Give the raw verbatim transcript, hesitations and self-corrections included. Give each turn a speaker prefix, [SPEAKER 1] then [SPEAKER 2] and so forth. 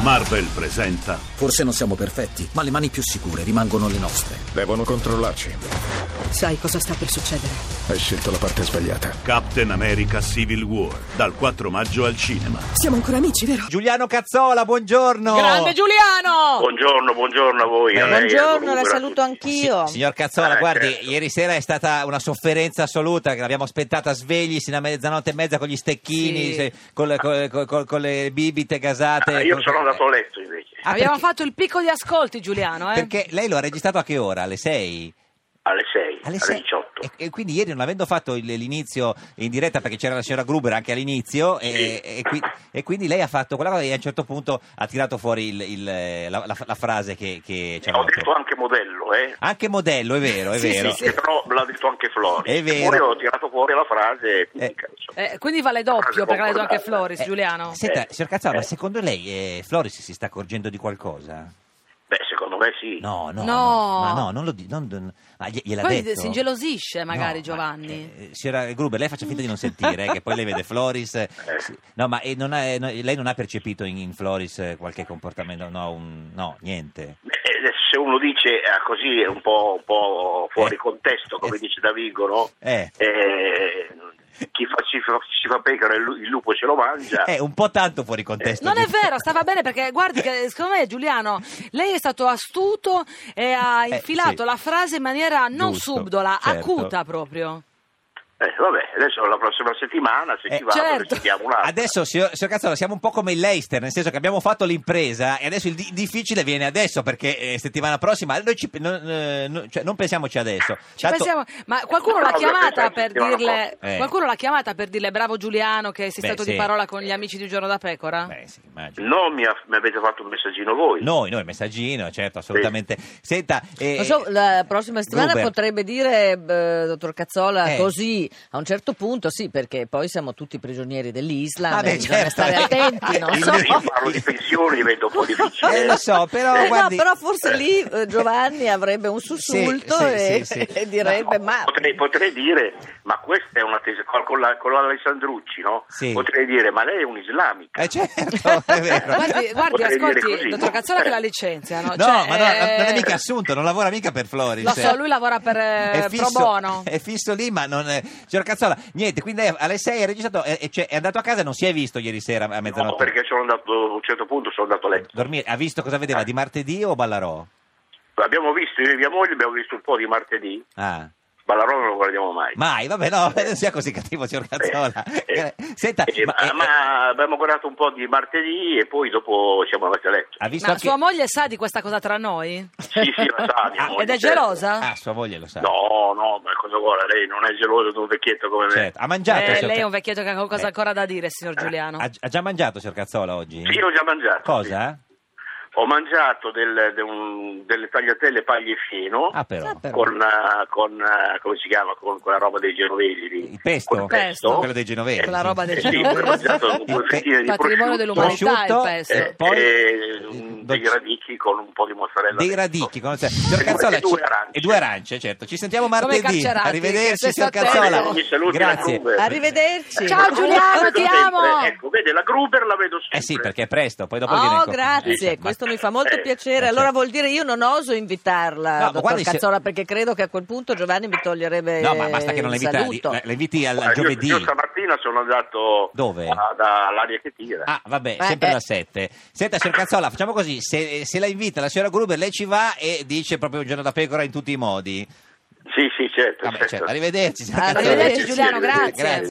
[SPEAKER 1] Marvel presenta.
[SPEAKER 2] Forse non siamo perfetti, ma le mani più sicure rimangono le nostre.
[SPEAKER 3] Devono controllarci.
[SPEAKER 4] Sai cosa sta per succedere?
[SPEAKER 3] Hai scelto la parte sbagliata.
[SPEAKER 1] Captain America Civil War, dal quattro maggio al cinema.
[SPEAKER 4] Siamo ancora amici, vero?
[SPEAKER 5] Giuliano Cazzola, buongiorno.
[SPEAKER 6] Grande Giuliano!
[SPEAKER 7] Buongiorano, buongiorno a voi. a lei,
[SPEAKER 8] Buongiorno,
[SPEAKER 7] a
[SPEAKER 8] la
[SPEAKER 7] Rubera,
[SPEAKER 8] saluto
[SPEAKER 7] a tutti.
[SPEAKER 8] anch'io.
[SPEAKER 5] Sì, signor Cazzola,
[SPEAKER 7] Eh,
[SPEAKER 5] guardi,
[SPEAKER 7] certo.
[SPEAKER 5] ieri sera è stata una sofferenza assoluta, che l'abbiamo aspettata svegli sino a mezzanotte e mezza con gli stecchini,
[SPEAKER 6] Sì.
[SPEAKER 5] se- con, le, con, con- con- con le bibite gasate.
[SPEAKER 7] Ah, io
[SPEAKER 5] con-
[SPEAKER 7] sono andato a letto invece.
[SPEAKER 5] Ah,
[SPEAKER 6] Abbiamo
[SPEAKER 5] perché,
[SPEAKER 6] fatto il picco di ascolti, Giuliano, eh?
[SPEAKER 5] perché lei lo ha registrato a che ora? Alle sei?
[SPEAKER 7] Alle sei, alle,
[SPEAKER 5] sei?
[SPEAKER 7] diciotto.
[SPEAKER 5] E, e quindi ieri, non avendo fatto il- l'inizio in diretta, perché c'era la signora Gruber anche all'inizio,
[SPEAKER 7] Sì.
[SPEAKER 5] e, e qui- e quindi lei ha fatto quella cosa e a un certo punto ha tirato fuori il- il- la, la- la frase che, che ci
[SPEAKER 7] Ho
[SPEAKER 5] aveva
[SPEAKER 7] detto anche modello, eh.
[SPEAKER 5] Anche modello, è vero, è
[SPEAKER 6] Sì,
[SPEAKER 5] vero.
[SPEAKER 6] sì, sì.
[SPEAKER 7] Che però me l'ha detto anche Flori.
[SPEAKER 5] È vero.
[SPEAKER 7] Poi ho tirato fuori la frase tipica, insomma.
[SPEAKER 6] Eh, quindi vale doppio, perché l'ha detto anche
[SPEAKER 7] Concordata.
[SPEAKER 6] Floris, Giuliano.
[SPEAKER 5] Senta, signor Cazzola,
[SPEAKER 7] Eh.
[SPEAKER 5] ma secondo lei eh, Floris si sta accorgendo di qualcosa?
[SPEAKER 7] Beh, secondo me sì.
[SPEAKER 5] No, no,
[SPEAKER 6] No.
[SPEAKER 5] ma no, non lo dico. Ma glie- gliel'ha
[SPEAKER 6] Poi
[SPEAKER 5] detto?
[SPEAKER 6] si ingelosisce magari
[SPEAKER 5] No,
[SPEAKER 6] Giovanni.
[SPEAKER 5] ma, eh, signora Gruber, lei faccia finta di non sentire, eh, che poi lei vede Floris. eh, sì. No, ma eh, non ha- eh, no, lei non ha percepito in, in Floris eh, qualche comportamento? No, un- no, niente.
[SPEAKER 7] Beh, adesso se uno dice eh, così è un po', un po' fuori
[SPEAKER 5] Eh.
[SPEAKER 7] contesto, come
[SPEAKER 5] Eh.
[SPEAKER 7] dice Davigo, no?
[SPEAKER 5] Eh.
[SPEAKER 7] Eh, chi fa, si, fa, si fa pecora, il lu- il lupo ce lo mangia.
[SPEAKER 5] È un po' tanto fuori contesto.
[SPEAKER 6] Non è
[SPEAKER 5] di-
[SPEAKER 6] vero, stava bene perché guardi che secondo me Giuliano, lei è stato astuto e ha
[SPEAKER 5] Eh,
[SPEAKER 6] infilato
[SPEAKER 5] sì.
[SPEAKER 6] la frase in maniera non
[SPEAKER 5] Giusto,
[SPEAKER 6] subdola,
[SPEAKER 5] certo.
[SPEAKER 6] acuta proprio.
[SPEAKER 7] Eh, vabbè, adesso la prossima settimana, se
[SPEAKER 5] Eh,
[SPEAKER 7] ci va,
[SPEAKER 6] certo.
[SPEAKER 7] ne sentiamo un'altra.
[SPEAKER 5] Adesso, signor, signor Cazzola, siamo un po' come il Leicester, nel senso che abbiamo fatto l'impresa e adesso il di- difficile viene adesso, perché eh, settimana prossima noi ci, non, eh, no- cioè, non pensiamoci adesso.
[SPEAKER 6] Ci
[SPEAKER 5] Tanto-
[SPEAKER 6] pensiamo- ma qualcuno l'ha
[SPEAKER 7] No,
[SPEAKER 6] chiamata
[SPEAKER 7] perché
[SPEAKER 6] per
[SPEAKER 7] settimana
[SPEAKER 6] dirle
[SPEAKER 5] prossima. Eh.
[SPEAKER 6] qualcuno l'ha chiamata per dirle bravo Giuliano che sei
[SPEAKER 5] Beh,
[SPEAKER 6] stato
[SPEAKER 5] sì.
[SPEAKER 6] di parola con gli amici di Un Giorno da Pecora?
[SPEAKER 5] Beh, sì, immagino.
[SPEAKER 7] No, mi, ha- mi avete fatto un messaggino voi.
[SPEAKER 5] Noi, noi, messaggino, certo, assolutamente. Senta, eh,
[SPEAKER 8] Non so, la prossima settimana
[SPEAKER 5] Gruber.
[SPEAKER 8] potrebbe dire, eh, dottor Cazzola,
[SPEAKER 5] Eh.
[SPEAKER 8] così, a un certo punto, sì, perché poi siamo tutti prigionieri dell'Islam,
[SPEAKER 5] Ah, beh,
[SPEAKER 8] e bisogna
[SPEAKER 5] certo.
[SPEAKER 8] stare attenti, non so.
[SPEAKER 7] Invece io parlo di pensioni, diventa un po' difficile.
[SPEAKER 5] Eh, lo so, però
[SPEAKER 8] Eh,
[SPEAKER 5] guardi...
[SPEAKER 8] no, però forse lì eh, Giovanni avrebbe un sussulto
[SPEAKER 5] Sì, sì,
[SPEAKER 8] e,
[SPEAKER 5] sì, sì.
[SPEAKER 8] e direbbe, ma...
[SPEAKER 7] Potrei, potrei dire, ma questa è una tesi con, la, con l'Alessandrucci, no?
[SPEAKER 5] Sì.
[SPEAKER 7] Potrei dire, ma lei è un'islamica.
[SPEAKER 5] Eh, certo, è vero.
[SPEAKER 6] Guardi, guardi
[SPEAKER 7] Potrei dire
[SPEAKER 6] ascolti,
[SPEAKER 7] così.
[SPEAKER 6] dottor Cazzola che la licenziano.
[SPEAKER 5] No,
[SPEAKER 6] cioè,
[SPEAKER 5] ma no,
[SPEAKER 6] eh,
[SPEAKER 5] non è mica assunto, non lavora mica per Floris.
[SPEAKER 6] Lo so, lui lavora per eh,
[SPEAKER 5] È
[SPEAKER 6] pro
[SPEAKER 5] fisso,
[SPEAKER 6] bono.
[SPEAKER 5] è fisso lì, ma non è... Signor Cazzola, niente, quindi lei alle sei è registrato, e, e cioè, è andato a casa e non si è visto ieri sera a
[SPEAKER 7] No,
[SPEAKER 5] mezzanotte?
[SPEAKER 7] perché sono andato, a un certo punto sono andato a letto.
[SPEAKER 5] Dormire. Ha visto cosa vedeva, di martedì o Ballarò?
[SPEAKER 7] Abbiamo visto, io e mia moglie abbiamo visto un po' di martedì,
[SPEAKER 5] Ah.
[SPEAKER 7] Ballarò non lo guardiamo mai.
[SPEAKER 5] Mai, vabbè, no, non sia così cattivo, signor Cazzola.
[SPEAKER 7] Eh,
[SPEAKER 5] Senta,
[SPEAKER 7] eh,
[SPEAKER 5] ma,
[SPEAKER 7] ma,
[SPEAKER 5] eh,
[SPEAKER 7] ma abbiamo guardato un po' di martedì e poi dopo siamo andati a letto.
[SPEAKER 5] ha visto
[SPEAKER 6] Ma
[SPEAKER 5] anche...
[SPEAKER 6] sua moglie sa di questa cosa tra noi?
[SPEAKER 7] Sì, sì, la sa, mia
[SPEAKER 5] Ah,
[SPEAKER 7] moglie,
[SPEAKER 6] Ed è
[SPEAKER 7] certo.
[SPEAKER 6] gelosa?
[SPEAKER 5] Ah, sua moglie lo sa.
[SPEAKER 7] No, no, ma cosa vuole? Lei non è gelosa di un vecchietto come me.
[SPEAKER 5] Certo. Ha mangiato,
[SPEAKER 6] Eh,
[SPEAKER 5] signor
[SPEAKER 6] lei è
[SPEAKER 5] Ca-
[SPEAKER 6] un vecchietto che ha qualcosa
[SPEAKER 5] Eh.
[SPEAKER 6] ancora da dire, signor Giuliano.
[SPEAKER 5] ha, ha già mangiato, signor Cazzola, oggi?
[SPEAKER 7] Sì, ho già mangiato.
[SPEAKER 5] Cosa?
[SPEAKER 7] sì. Ho mangiato del- de un- delle tagliatelle paglie e fieno.
[SPEAKER 5] Ah, però.
[SPEAKER 8] Ah, però.
[SPEAKER 7] Con, eh, con eh, come si chiama, con quella roba dei genovesi lì.
[SPEAKER 5] Il pesto?
[SPEAKER 7] Col
[SPEAKER 6] Pesto.
[SPEAKER 5] Quello dei genovesi.
[SPEAKER 6] Quella roba dei
[SPEAKER 7] Eh, sì,
[SPEAKER 6] genovesi.
[SPEAKER 7] ho mangiato
[SPEAKER 5] Il
[SPEAKER 7] due
[SPEAKER 5] pe-
[SPEAKER 7] fettine di
[SPEAKER 6] Patrimonio
[SPEAKER 7] prosciutto,
[SPEAKER 6] dell'umanità,
[SPEAKER 5] prosciutto,
[SPEAKER 6] il pesto.
[SPEAKER 5] eh, poi-
[SPEAKER 7] e un- dei
[SPEAKER 5] dolce-
[SPEAKER 7] radicchi con un po' di mozzarella.
[SPEAKER 5] Dei
[SPEAKER 7] dentro.
[SPEAKER 5] radicchi, con... signor
[SPEAKER 7] E
[SPEAKER 5] Cazzola,
[SPEAKER 7] due
[SPEAKER 5] ci-
[SPEAKER 7] arance.
[SPEAKER 5] e due arance, certo. Ci sentiamo martedì.
[SPEAKER 6] carcerati,
[SPEAKER 5] Arrivederci,
[SPEAKER 6] che
[SPEAKER 5] signor
[SPEAKER 6] stesso
[SPEAKER 5] Cazzola.
[SPEAKER 6] tempo.
[SPEAKER 7] Mi saluti la
[SPEAKER 5] Grazie.
[SPEAKER 7] Gruber.
[SPEAKER 8] Arrivederci.
[SPEAKER 6] Ciao,
[SPEAKER 7] La Gruber
[SPEAKER 6] Giuliano,
[SPEAKER 7] la vedo
[SPEAKER 6] ti
[SPEAKER 7] sempre.
[SPEAKER 6] amo.
[SPEAKER 7] Ecco, vede, la Gruber la vedo sempre.
[SPEAKER 5] Eh sì, perché è presto, poi dopo viene
[SPEAKER 8] Oh,
[SPEAKER 5] in-
[SPEAKER 8] grazie,
[SPEAKER 5] Eh, ma-
[SPEAKER 8] questo mi fa molto
[SPEAKER 7] Eh,
[SPEAKER 8] piacere.
[SPEAKER 5] eh,
[SPEAKER 8] Allora
[SPEAKER 5] certo.
[SPEAKER 8] vuol dire io non oso invitarla,
[SPEAKER 5] No, ma
[SPEAKER 8] dottor
[SPEAKER 5] guardi, se-
[SPEAKER 8] Cazzola, perché credo che a quel punto Giovanni mi toglierebbe
[SPEAKER 5] No, ma basta che non la
[SPEAKER 8] il
[SPEAKER 5] inviti,
[SPEAKER 8] saluto.
[SPEAKER 5] la, la inviti al, al
[SPEAKER 7] Guarda, io-
[SPEAKER 5] giovedì.
[SPEAKER 7] Io, stamattina sono andato
[SPEAKER 5] Dove?
[SPEAKER 7] a- da- all'aria che tira.
[SPEAKER 5] Ah, vabbè,
[SPEAKER 8] Eh,
[SPEAKER 5] sempre
[SPEAKER 8] eh.
[SPEAKER 5] da sette. Senta, signor Cazzola, facciamo così: se, se la invita la signora Gruber, lei ci va e dice proprio Un Giorno da Pecora in tutti i modi.
[SPEAKER 7] Sì, sì, certo.
[SPEAKER 5] Vabbè,
[SPEAKER 7] certo.
[SPEAKER 5] certo. Arrivederci, signor Cazzola.
[SPEAKER 6] Arrivederci Giuliano,
[SPEAKER 7] Arrivederci.
[SPEAKER 6] grazie.
[SPEAKER 5] Grazie.